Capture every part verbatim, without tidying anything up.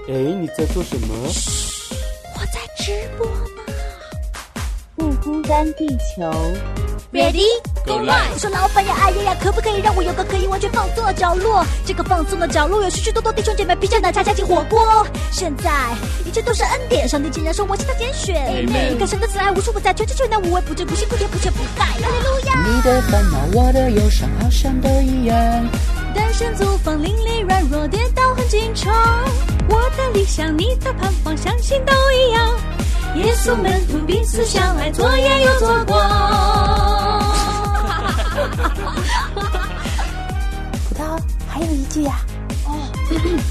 哎，你在做什么？ 我在直播呢。 不孤单地球 Ready Go live 我说老板呀，哎呀呀，可不可以让我有个可以完全放松的角落？这个放松的角落有许许多多弟兄姐妹披着奶茶加进火锅。现在一切都是恩典，上帝竟然说我是他拣选。Amen 你看神的慈爱无处不在，全知全能，无微不至，不辛不甜，不缺不盖。哈利路亚！ 你的烦恼，我的忧伤，好像都一样。 单身租房，邻里软弱，跌倒很经常。我的理想，你的盼望，相信都一样。耶稣门徒彼此相爱，做盐又做光。 葡萄还有一句呀、啊， 哦，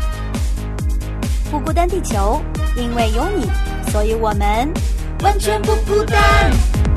不孤单地球，因为有你，所以我们完全不孤单。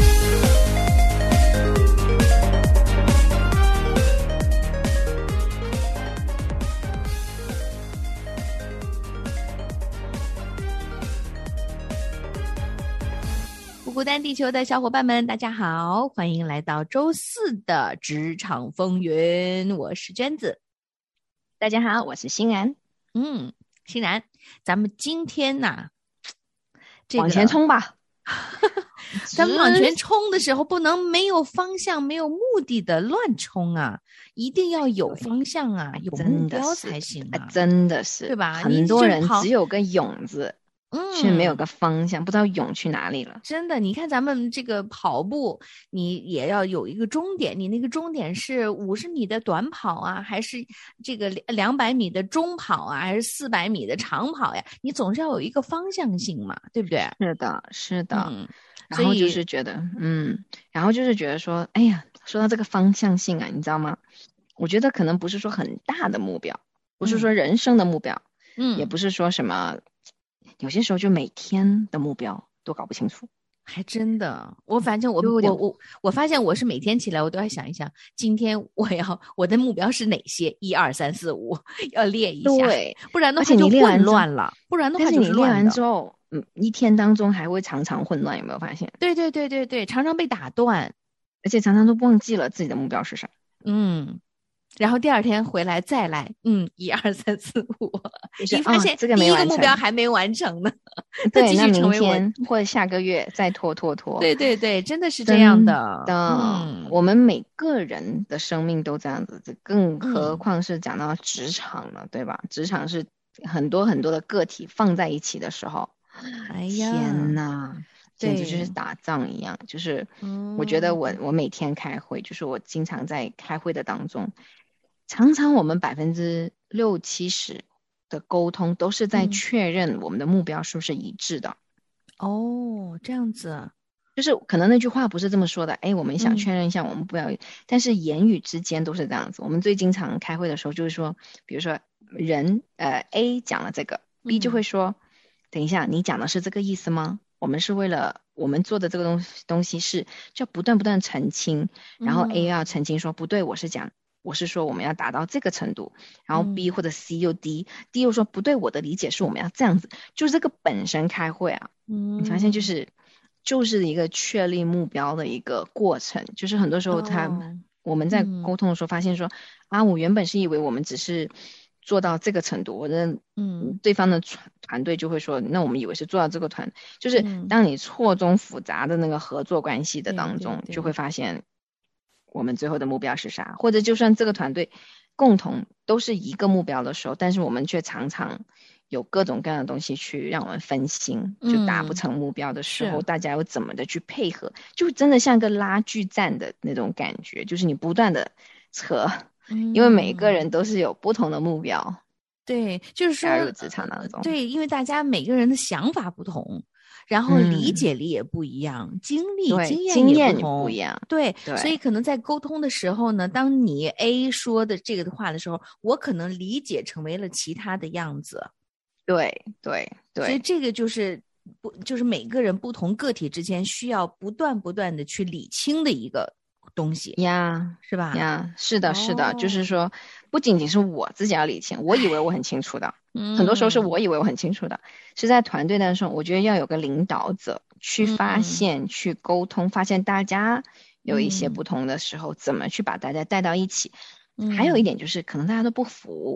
不孤单地球的小伙伴们，大家好，欢迎来到周四的职场风云，我是娟子。 大家好，我是欣然。 嗯，欣然，咱们今天呐、啊这个， 往前冲吧。 咱们往前冲的时候，不能没有方向、没有目的的乱冲啊，一定要有方向啊，有目标才行啊， 真的是， 对吧？ 很多人只有个勇字。 嗯， 却没有个方向，不知道涌去哪里了。 真的，你看咱们这个跑步，你也要有一个终点，你那个终点是五十米的短跑啊，还是这个两百米的中跑啊，还是四百米的长跑呀？你总是要有一个方向性嘛，对不对？ 是的，是的。 嗯、 然后就是觉得，嗯，然后就是觉得说，哎呀，说到这个方向性啊，你知道吗？我觉得可能不是说很大的目标，不是说人生的目标， 嗯， 也不是说什么。有些时候就每天的目标都搞不清楚， 还真的。我反正我我我我发现我是每天起来我都要想一想，今天我要我的目标是哪些，一二三四五要列一下， 对， 不然的话就混乱了。不然的话就是乱的。 但是你列完之后，嗯，一天当中还会常常混乱，有没有发现？ 对对对对对，常常被打断， 而且常常都忘记了自己的目标是啥。 嗯。然后第二天回来再来，嗯，一二三四五， 就是、 你发现第一个目标还没完成呢， 对，那明天或者下个月再拖拖拖。 对对对，真的是这样的。 的，嗯，我们每个人的生命都这样子，更何况是讲到职场了，嗯、对吧？职场是很多很多的个体放在一起的时候， 哎呀， 天哪！简直就是打仗一样，就是我觉得我我每天开会，就是我经常在开会的当中，常常我们百分之六七十的沟通都是在确认我们的目标是不是一致的。 哦，这样子， 就是可能那句话不是这么说的，哎，我们想确认一下我们目标，嗯、但是言语之间都是这样子。我们最经常开会的时候就是说，比如说人呃 A 讲了这个 ，B 就会说，嗯、等一下，你讲的是这个意思吗？我们是为了我们做的这个东西东西是就不断不断澄清，然后 A 要澄清说、嗯、不对，我是讲我是说我们要达到这个程度，然后 B 或者 C 又 D，D、嗯、又说不对，我的理解是我们要这样子，就是这个本身开会啊，嗯，你发现就是就是一个确立目标的一个过程，就是很多时候他、哦、我们在沟通的时候发现说、嗯、啊，我原本是以为我们只是做到这个程度，我的嗯，对方的团团队就会说，那我们以为是做到这个团，就是当你错综复杂的那个合作关系的当中，嗯、就会发现我们最后的目标是啥，或者就算这个团队共同都是一个目标的时候，但是我们却常常有各种各样的东西去让我们分心，就达不成目标的时候，嗯、大家又怎么的去配合，就真的像个拉锯战的那种感觉，就是你不断的扯。因为每个人都是有不同的目标，嗯、 对，就是说加入职场当中， 对，因为大家每个人的想法不同，然后理解力也不一样，嗯、经历经验也不同， 不一样， 对， 对， 所以可能在沟通的时候呢，当你 A 说的这个的话的时候，我可能理解成为了其他的样子， 对对对， 所以这个就是不就是每个人不同个体之间需要不断不断的去理清的一个东西呀， 是吧？ 呀，是的，是的，哦、就是说，不仅仅是我自己要理清，我以为我很清楚的，嗯、很多时候是我以为我很清楚的，是在团队当中，我觉得要有个领导者去发现、嗯、去沟通，发现大家有一些不同的时候，嗯、怎么去把大家带到一起。嗯、还有一点就是，可能大家都不服，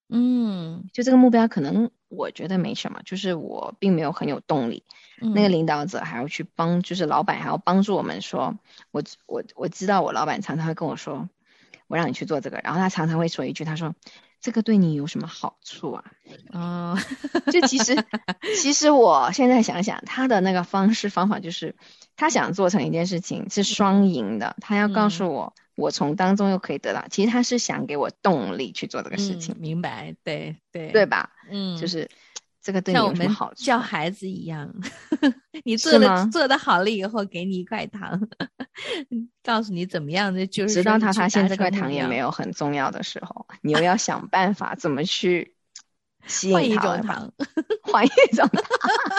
嗯， 就这个目标可能我觉得没什么，就是我并没有很有动力。 嗯、 那个领导者还要去帮，就是老板还要帮助我们说，我我我知道我老板常常会跟我说，我让你去做这个，然后他常常会说一句，他说这个对你有什么好处啊？ 哦， 就其实其实我现在想想，他的那个方式方法就是他想做成一件事情是双赢的，他要告诉我、嗯、我从当中又可以得到，其实他是想给我动力去做这个事情。 嗯、明白，对对对吧？ 嗯， 就是这个对你有什么好处？ 像我们教孩子一样，你做的做的好了以后，给你一块糖，告诉你怎么样的，就是直到他发现这块糖也没有很重要的时候，你又要想办法怎么去吸引他。 换一种糖， 换一种糖。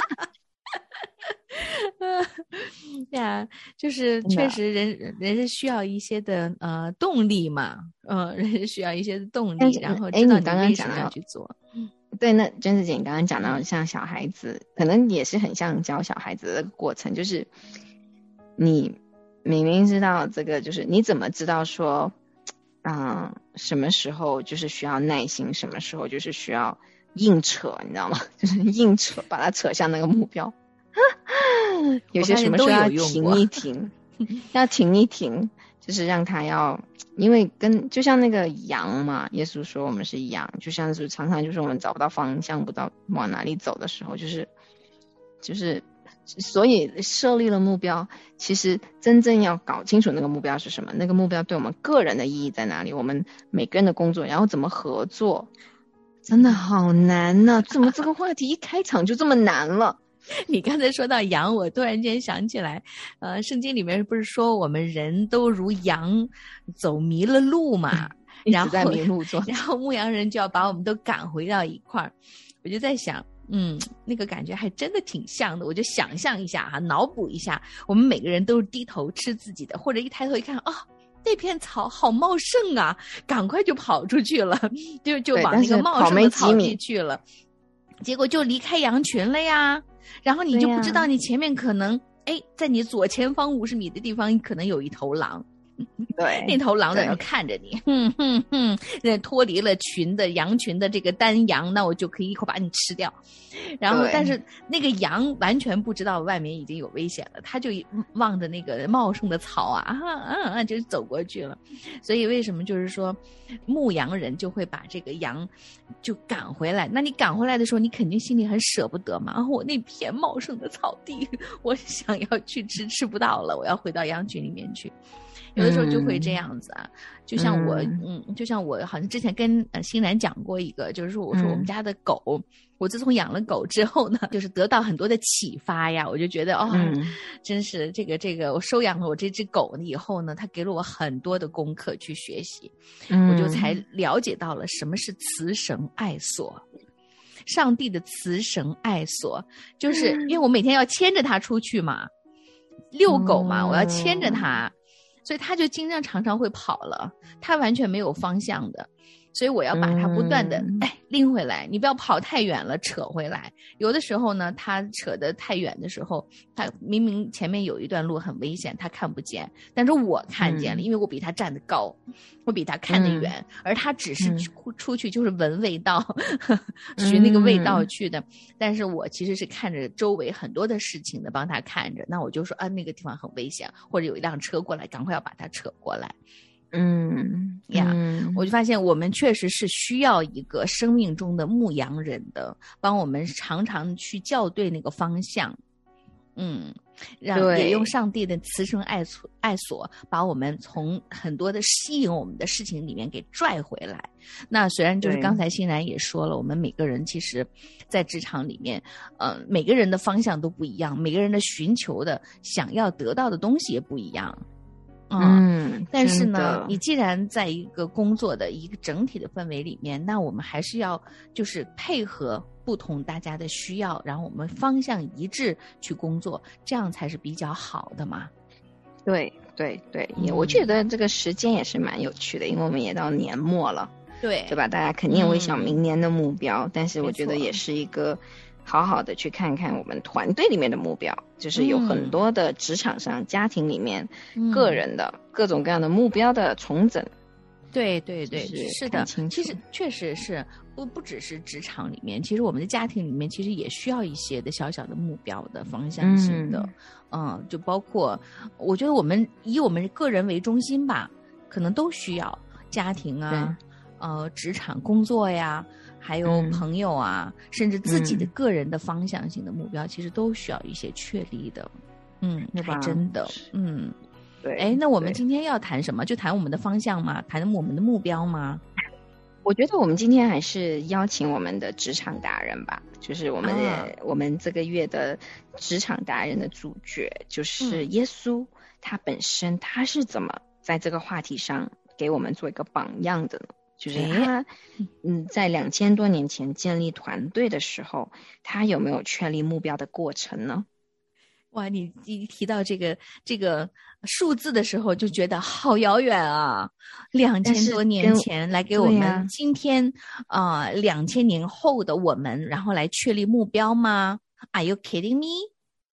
对啊，就是确实人人是需要一些的呃动力嘛，嗯、呃，人是需要一些的动力，然后知道你为什么要去做。 对，那娟子姐你刚刚讲到像小孩子，可能也是很像教小孩子的过程，就是你明明知道这个，就是你怎么知道说，嗯、呃，什么时候就是需要耐心，什么时候就是需要硬扯，你知道吗？就是硬扯，把它扯向那个目标。有些什么时候要停一停，要停一停，就是让他要，因为跟就像那个羊嘛，耶稣说我们是羊，就像是常常就是我们找不到方向，不知道往哪里走的时候，就是就是所以设立了目标，其实真正要搞清楚那个目标是什么，那个目标对我们个人的意义在哪里，我们每个人的工作，然后怎么合作，真的好难呢、啊！怎么这个话题一开场就这么难了？ 你刚才说到羊，我突然间想起来，呃，圣经里面不是说我们人都如羊走迷了路嘛， 嗯、 然后在迷路中， 然后牧羊人就要把我们都赶回到一块儿。我就在想，嗯，那个感觉还真的挺像的。我就想象一下哈，脑补一下，我们每个人都是低头吃自己的，或者一抬头一看，哦，那片草好茂盛啊，赶快就跑出去了，就就往那个茂盛的草地去了，结果就离开羊群了呀。然后你就不知道你前面可能哎，在你左前方五十米的地方可能有一头狼， 对， 那头狼在那看着你，哼哼哼，那脱离了群的羊群的这个单羊，那我就可以一口把你吃掉。然后但是那个羊完全不知道外面已经有危险了，他就望着那个茂盛的草啊啊啊啊就走过去了。所以为什么就是说牧羊人就会把这个羊就赶回来，那你赶回来的时候你肯定心里很舍不得嘛，我那片茂盛的草地我想要去吃吃不到了，我要回到羊群里面去。有的时候就会这样子啊，嗯、就像我，嗯，就像我好像之前跟呃欣然讲过一个，就是说我说我们家的狗，嗯、我自从养了狗之后呢，就是得到很多的启发呀，我就觉得哦，嗯、真是这个这个，我收养了我这只狗以后呢，它给了我很多的功课去学习，嗯、我就才了解到了什么是慈神爱所。上帝的慈神爱所，就是因为我每天要牵着它出去嘛，遛狗嘛，我要牵着它。所以他就经常常常会跑了，他完全没有方向的，所以我要把它不断的、嗯、哎拎回来，你不要跑太远了，扯回来。有的时候呢，他扯得太远的时候，他明明前面有一段路很危险，他看不见，但是我看见了，嗯、因为我比他站得高，我比他看得远，嗯、而他只是出出去就是闻味道，嗯、寻那个味道去的。但是我其实是看着周围很多的事情的，帮他看着。那我就说啊，那个地方很危险，或者有一辆车过来，赶快要把它扯过来。嗯呀，嗯我就发现我们确实是需要一个生命中的牧羊人的，帮我们常常去校对那个方向。嗯，让也用上帝的慈神爱所爱所把我们从很多的吸引我们的事情里面给拽回来。那虽然就是刚才欣然也说了，我们每个人其实在职场里面呃，每个人的方向都不一样，每个人的寻求的想要得到的东西也不一样。嗯, 嗯，但是呢，你既然在一个工作的一个整体的氛围里面，那我们还是要就是配合不同大家的需要，然后我们方向一致去工作，这样才是比较好的嘛。对对对，也、嗯、我觉得这个时间也是蛮有趣的，因为我们也到年末了，对对吧？大家肯定会想明年的目标，嗯、但是我觉得也是一个好好的去看看我们团队里面的目标，就是有很多的职场上、嗯、家庭里面、嗯、个人的各种各样的目标的重整， 对对对， 是是的，其实确实是不不只是职场里面，其实我们的家庭里面其实也需要一些的小小的目标的方向性的，嗯，嗯就包括我觉得我们以我们个人为中心吧，可能都需要家庭啊，呃，职场工作呀，还有朋友啊，嗯、甚至自己的个人的方向性的目标，嗯、其实都需要一些确立的，嗯，还真的，嗯。 对， 哎，那我们今天要谈什么？就谈我们的方向吗？谈我们的目标吗？ 我觉得我们今天还是邀请我们的职场达人吧，就是我们的、啊、我们这个月的职场达人的主角，就是耶稣、嗯、他本身他是怎么在这个话题上给我们做一个榜样的呢？就是他嗯，在两千多年前建立团队的时候，他有没有确立目标的过程呢？ 哇，你一提到这个这个数字的时候，就觉得好遥远啊！两千多年前来给我们今天啊，呃、两千年后的我们，然后来确立目标吗 ？Are you kidding me？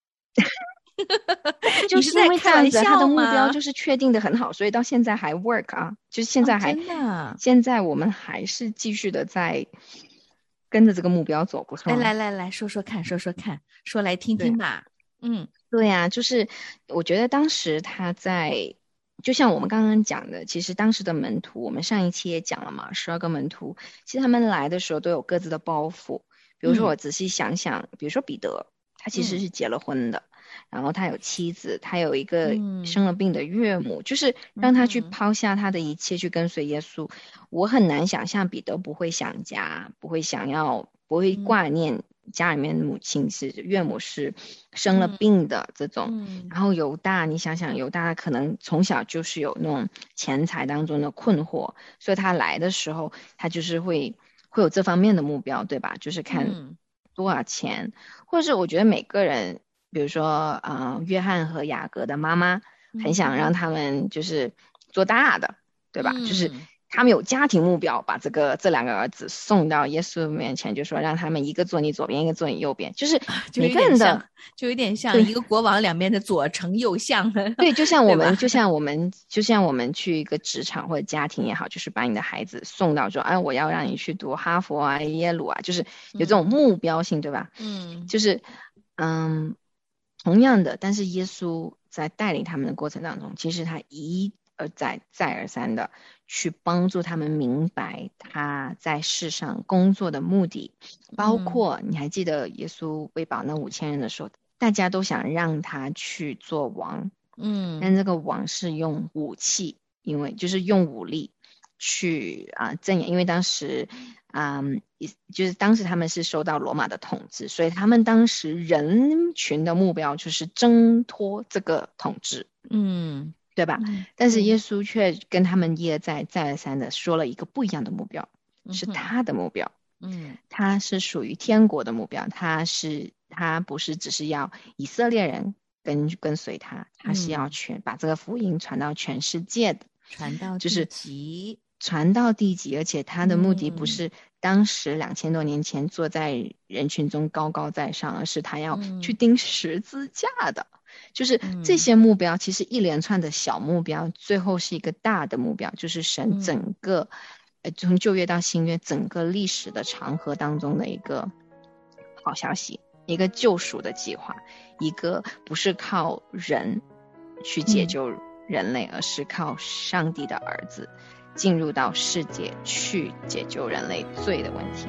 就是因为这样子，他的目标就是确定的很好，所以到现在还 work 啊，就是现在还、哦、真的，现在我们还是继续的在跟着这个目标走，不错。 来来来来说说看，说说看，说来听听吧。嗯， 对呀、啊，就是我觉得当时他在，就像我们刚刚讲的，其实当时的门徒，我们上一期也讲了嘛，十二个门徒，其实他们来的时候都有各自的包袱。比如说我仔细想想，嗯、比如说彼得，他其实是结了婚的，嗯、然后他有妻子，他有一个生了病的岳母，嗯、就是让他去抛下他的一切去跟随耶稣。嗯、我很难想象彼得不会想家，不会想要，不会挂念。家里面母亲是岳母是生了病的这种，嗯、然后犹大，你想想犹大可能从小就是有那种钱财当中的困惑，所以他来的时候他就是会会有这方面的目标，对吧？就是看多少钱，嗯、或者是我觉得每个人，比如说呃约翰和雅各的妈妈很想让他们就是做大的，对吧？嗯、就是他们有家庭目标，把这个这两个儿子送到耶稣面前，就说让他们一个坐你左边，一个坐你右边，就是每个人的就有点像一个国王两边的左丞右相。 对，就像我们，就像我们，就像我们去一个职场或者家庭也好，就是把你的孩子送到说，哎，我要让你去读哈佛啊、耶鲁啊，就是有这种目标性，嗯、对吧？嗯，就是嗯，同样的，但是耶稣在带领他们的过程当中，其实他一而再、再而三的去帮助他们明白他在世上工作的目的，包括你还记得耶稣喂饱那五千人的时候，大家都想让他去做王，嗯，但这个王是用武器，因为就是用武力去啊镇压，因为当时啊、嗯，就是当时他们是受到罗马的统治，所以他们当时人群的目标就是挣脱这个统治，嗯。对吧？嗯、但是耶稣却跟他们一而再再而三的说了一个不一样的目标，嗯、是他的目标，嗯，他是属于天国的目标，他是他不是只是要以色列人跟跟随他，他是要全、嗯、把这个福音传到全世界的， 传到就是地极， 传到地极，而且他的目的不是当时两千多年前坐在人群中高高在上，而是他要去钉十字架的。嗯，就是这些目标其实一连串的小目标，最后是一个大的目标，就是神整个、嗯、从旧约到新约整个历史的长河当中的一个好消息，一个救赎的计划，一个不是靠人去解救人类、嗯、而是靠上帝的儿子进入到世界去解救人类罪的问题。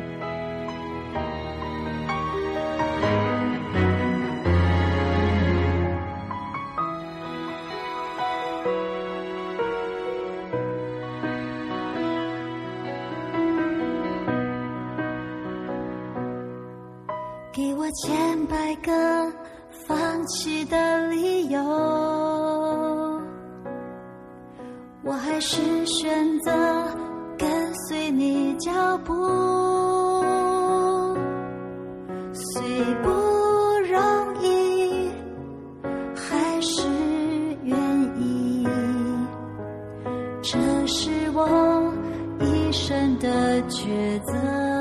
给我千百个放弃的理由，我还是选择跟随你脚步，虽不容易还是愿意，这是我一生的抉择。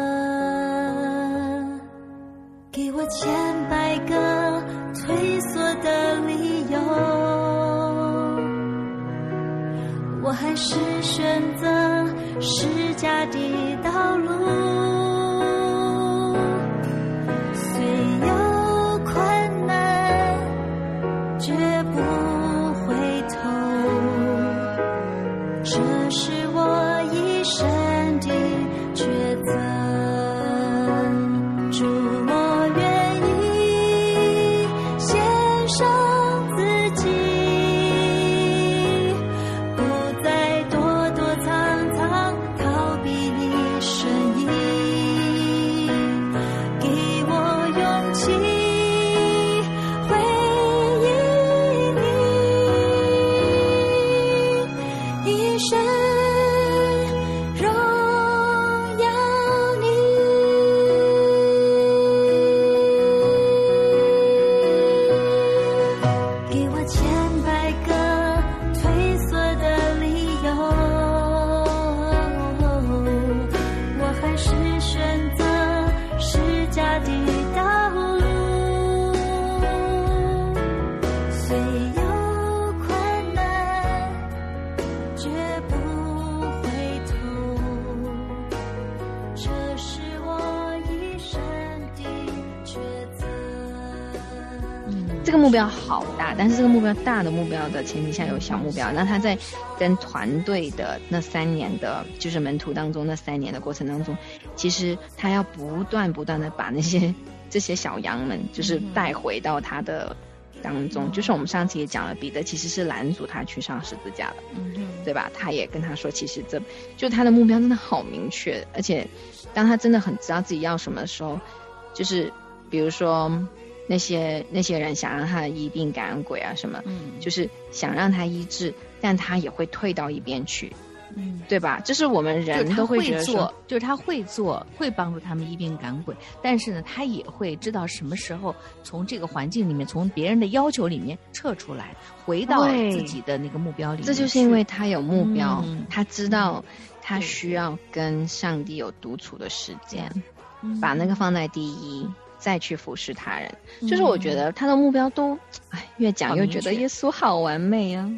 给我千百个退缩的理由，我还是选择释迦的道路，虽有困难，绝不回头。这是我一生的抉择。主，我愿意献上自己，不再躲躲藏藏逃避你身影，给我勇气回应你，一生荣耀你。给我千百个退缩的理由，我还是选择释迦的道路。虽有困难，绝不回头。这是我一生的抉择。 这个目标好大，但是这个目标大的目标的前提下有小目标。那他在跟团队的那三年的，就是门徒当中那三年的过程当中，其实他要不断不断的把那些这些小羊们，就是带回到他的当中。就是我们上次也讲了，彼得其实是拦阻他去上十字架的，对吧？他也跟他说，其实这就他的目标真的好明确，而且当他真的很知道自己要什么的时候，就是比如说那些那些人想让他医病赶鬼啊什么，嗯，就是想让他医治，但他也会退到一边去，嗯，对吧？这是我们人都会觉得说， 就是他会做，会帮助他们医病赶鬼，但是呢，他也会知道什么时候从这个环境里面，从别人的要求里面撤出来，回到自己的那个目标里面。 这就是因为他有目标，嗯，他知道他需要跟上帝有独处的时间，嗯，把那个放在第一。再去服侍他人，嗯，就是我觉得他的目标都，哎，越讲越觉得耶稣好完美啊，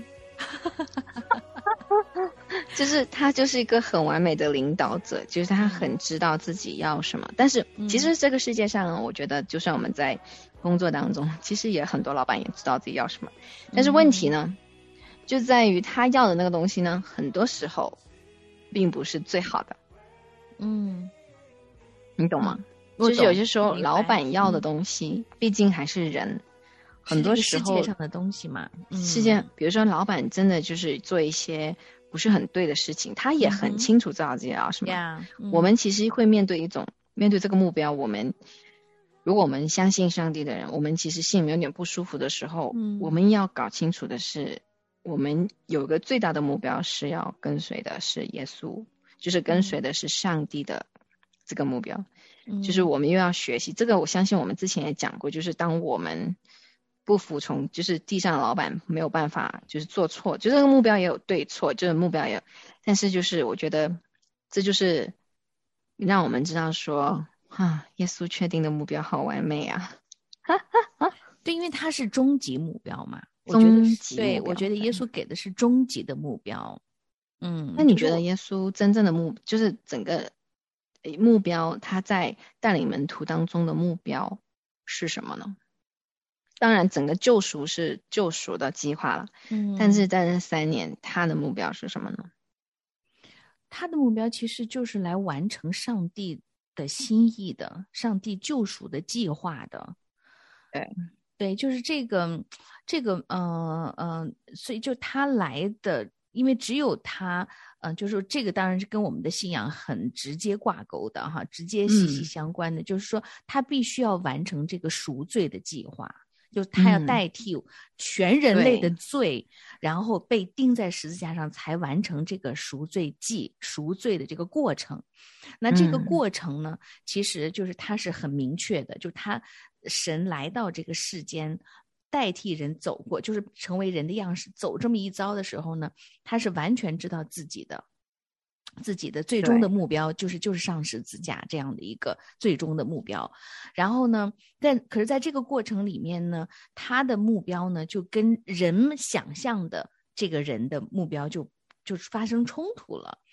就是他就是一个很完美的领导者，就是他很知道自己要什么。但是其实这个世界上，我觉得就算我们在工作当中，其实也很多老板也知道自己要什么，但是问题呢，就在于他要的那个东西呢，很多时候并不是最好的。嗯，你懂吗？就是有些时候老板要的东西，嗯，毕竟还是人，很多时候世界上的东西嘛， 嗯，世界比如说老板真的就是做一些不是很对的事情，他也很清楚知道自己要什么，嗯嗯，我们其实会面对一种面对这个目标，我们如果我们相信上帝的人，我们其实心里面有点不舒服的时候，嗯，我们要搞清楚的是，我们有个最大的目标是要跟随的是耶稣，就是跟随的是上帝的这个目标，嗯，就是我们又要学习这个。我相信我们之前也讲过，就是当我们不服从，就是地上的老板没有办法就是做错，就这个目标也有对错，就是目标也有，但是就是我觉得这就是让我们知道说啊，耶稣确定的目标好完美啊。 对，因为他是终极目标嘛， 终极目标， 对，我觉得耶稣给的是终极的目标。嗯， 那你觉得耶稣真正的目就是整个目标，他在带领门徒当中的目标是什么呢？当然整个救赎是救赎的计划了，嗯，但是在这三年他的目标是什么呢？ 他的目标其实就是来完成上帝的心意的，上帝救赎的计划的。 对对，就是这个这个呃呃所以就他来的，因为只有他嗯、呃，就是这个当然是跟我们的信仰很直接挂钩的哈，直接息息相关的，嗯，就是说他必须要完成这个赎罪的计划，就是他要代替全人类的罪，嗯，然后被钉在十字架上，才完成这个赎罪祭、赎罪的这个过程。那这个过程呢，嗯，其实就是他是很明确的，就是他神来到这个世间，代替人走过，就是成为人的样式，走这么一遭的时候呢，他是完全知道自己的。自己的最终的目标就是就是上十字架这样的一个最终的目标，然后呢，但可是在这个过程里面呢，他的目标呢就跟人想象的这个人的目标就就发生冲突了，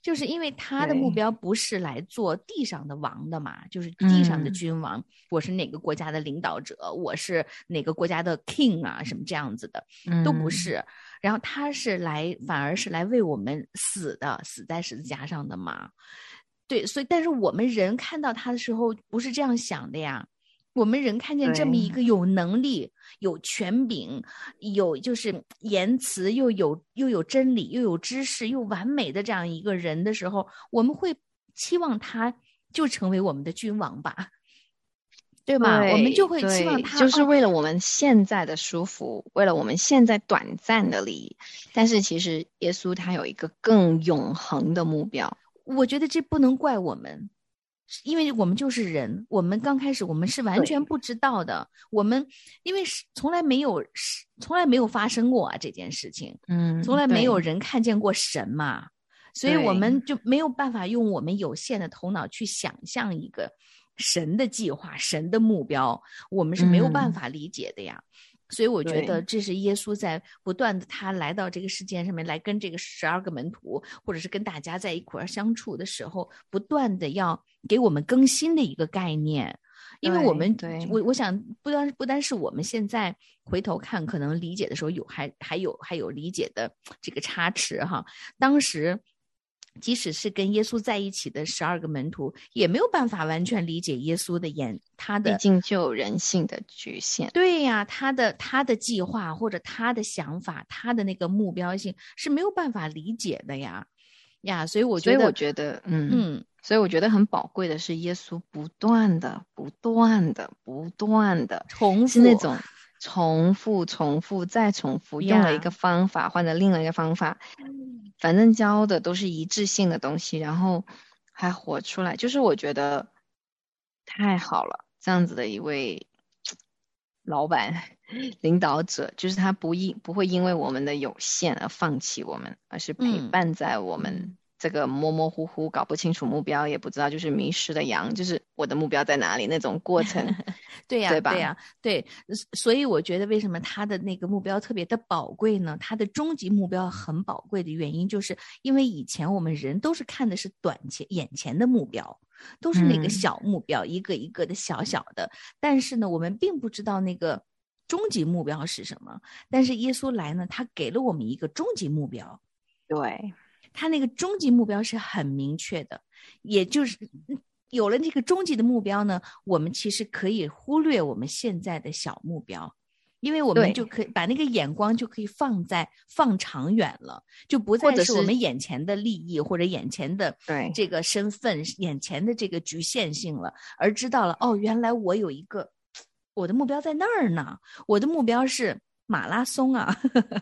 就是因为他的目标不是来做地上的王的嘛，就是地上的君王、嗯、我是哪个国家的领导者，我是哪个国家的 king 啊什么这样子的都不是、嗯、然后他是来反而是来为我们死的，死在十字架上的嘛。对，所以但是我们人看到他的时候不是这样想的呀，我们人看见这么一个有能力有权柄有就是言辞又有又有真理又有知识又完美的这样一个人的时候，我们会期望他就成为我们的君王吧，对吧？对，我们就会期望他就是为了我们现在的舒服、哦、为了我们现在短暂的利益，但是其实耶稣他有一个更永恒的目标。 我觉得这不能怪我们，因为我们就是人，我们刚开始我们是完全不知道的，我们因为从来没有从来没有发生过啊这件事情，嗯，从来没有人看见过神嘛，所以我们就没有办法用我们有限的头脑去想象一个神的计划、神的目标，我们是没有办法理解的呀。嗯，所以我觉得这是耶稣在不断的他来到这个世界上面来跟这个十二个门徒或者是跟大家在一块儿相处的时候不断的要给我们更新的一个概念。因为我们我我想不单不单是我们现在回头看可能理解的时候有还还有还有理解的这个差池哈，当时即使是跟耶稣在一起的十二个门徒也没有办法完全理解耶稣的眼他的毕竟就有人性的局限。 对呀，他的他的计划或者他的想法他的那个目标性是没有办法理解的呀呀，所以我觉得所以我觉得嗯嗯，所以我觉得很宝贵的是耶稣不断的不断的不断的重复， 是那种重复重复再重复，用了一个方法换了另外一个方法，反正教的都是一致性的东西，然后还活出来，就是我觉得太好了，这样子的一位老板领导者，就是他不因不会因为我们的有限而放弃我们，而是陪伴在我们这个模模糊糊搞不清楚目标也不知道就是迷失的羊，就是我的目标在哪里那种过程对呀、 对吧？ 对呀，对，所以我觉得为什么他的那个目标特别的宝贵呢？他的终极目标很宝贵的原因就是因为以前我们人都是看的是短前眼前的目标，都是那个小目标、嗯、一个一个的小小的，但是呢我们并不知道那个终极目标是什么，但是耶稣来呢，他给了我们一个终极目标。 对， 他那个终极目标是很明确的，也就是有了这个终极的目标呢，我们其实可以忽略我们现在的小目标，因为我们就可以把那个眼光就可以放在放长远了，就不再是我们眼前的利益或者眼前的这个身份眼前的这个局限性了，而知道了哦，原来我有一个我的目标在那儿呢，我的目标是马拉松啊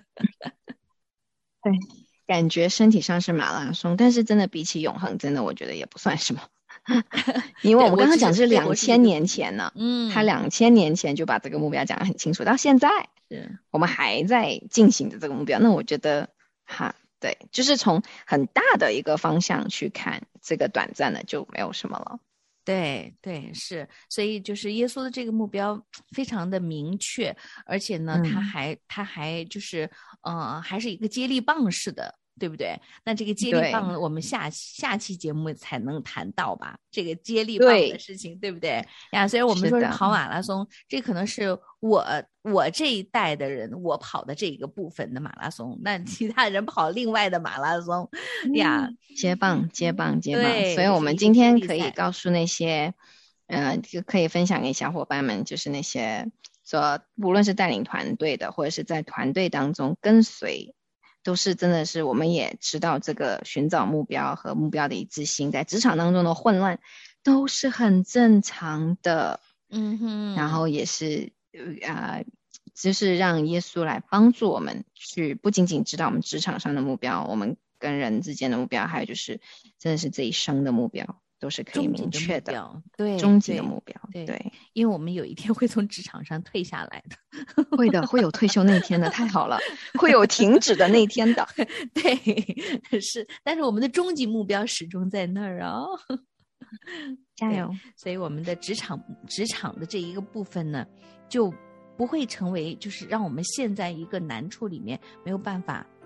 对，感觉身体上是马拉松，但是真的比起永恒真的我觉得也不算什么因为我们刚刚讲是两千年前呢，嗯，他两千年前就把这个目标讲得很清楚，到现在是我们还在进行着这个目标，那我觉得哈，对，就是从很大的一个方向去看，这个短暂的就没有什么了。 对对是，所以就是耶稣的这个目标非常的明确，而且呢，嗯、他还他还就是呃，还是一个接力棒式的。对不对？那这个接力棒我们下下期节目才能谈到吧，这个接力棒的事情 对, 对不对呀？虽然我们说是跑马拉松，这可能是我我这一代的人我跑的这个部分的马拉松，那其他人跑另外的马拉松、嗯、呀， 接棒接棒接棒。所以我们今天可以告诉那些呃，可以分享给小伙伴们，就是那些说无论是带领团队的或者是在团队当中跟随，都是真的是我们也知道这个寻找目标和目标的一致性，在职场当中的混乱都是很正常的。 嗯哼， 然后也是呃，就是让耶稣来帮助我们去不仅仅知道我们职场上的目标，我们跟人之间的目标，还有就是真的是这一生的目标都是可以明确的， 的对， 终极的目标， 对, 对, 对，因为我们有一天会从职场上退下来的， 会的，会有退休那天的，太好了，会有停止的那天的， 对，是，但是我们的终极目标始终在那儿啊， 加油！ 所以我们的职场职场的这一个部分呢，就不会成为就是让我们陷在一个难处里面没有办法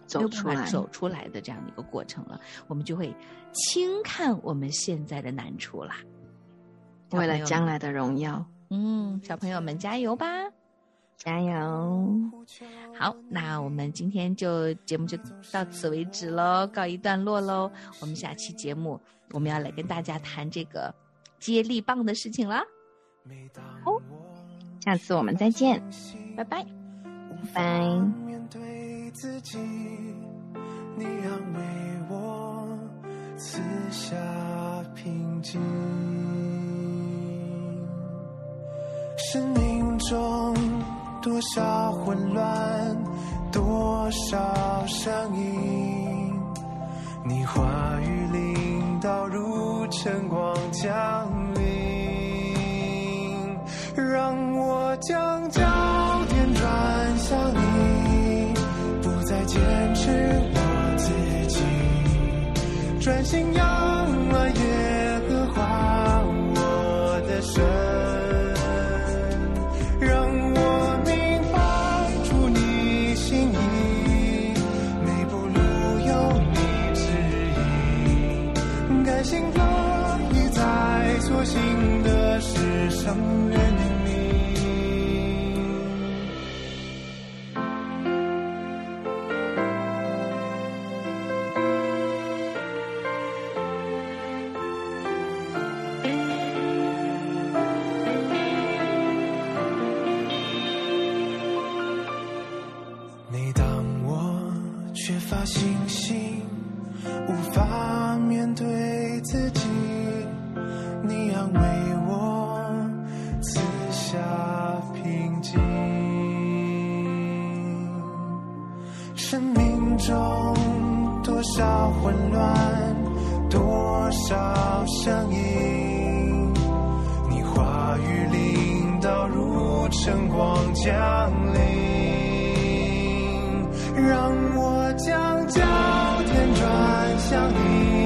走出来没有办法走出来的这样的一个过程了，我们就会轻看我们现在的难处啦。 为了将来的荣耀， 嗯，小朋友们加油吧！ 加油！ 好，那我们今天就节目就到此为止喽，告一段落喽。我们下期节目我们要来跟大家谈这个接力棒的事情啦。 哦，下次我们再见， 拜拜， 拜拜。 面对自己，你安慰我，赐下平静。生命中多少混乱，多少声音，你话语领导如晨光降临，让我将焦点转向你，不再坚持我自己，专心仰望耶和华我的神，让我明白出你心意，每步路有你指引，甘心乐意在所行的事上认你。每当我缺乏信心，无法面对自己，你安慰我，赐下平静。生命中多少混乱，多少声音，你话语领导如晨光降临，让我将焦点转向你，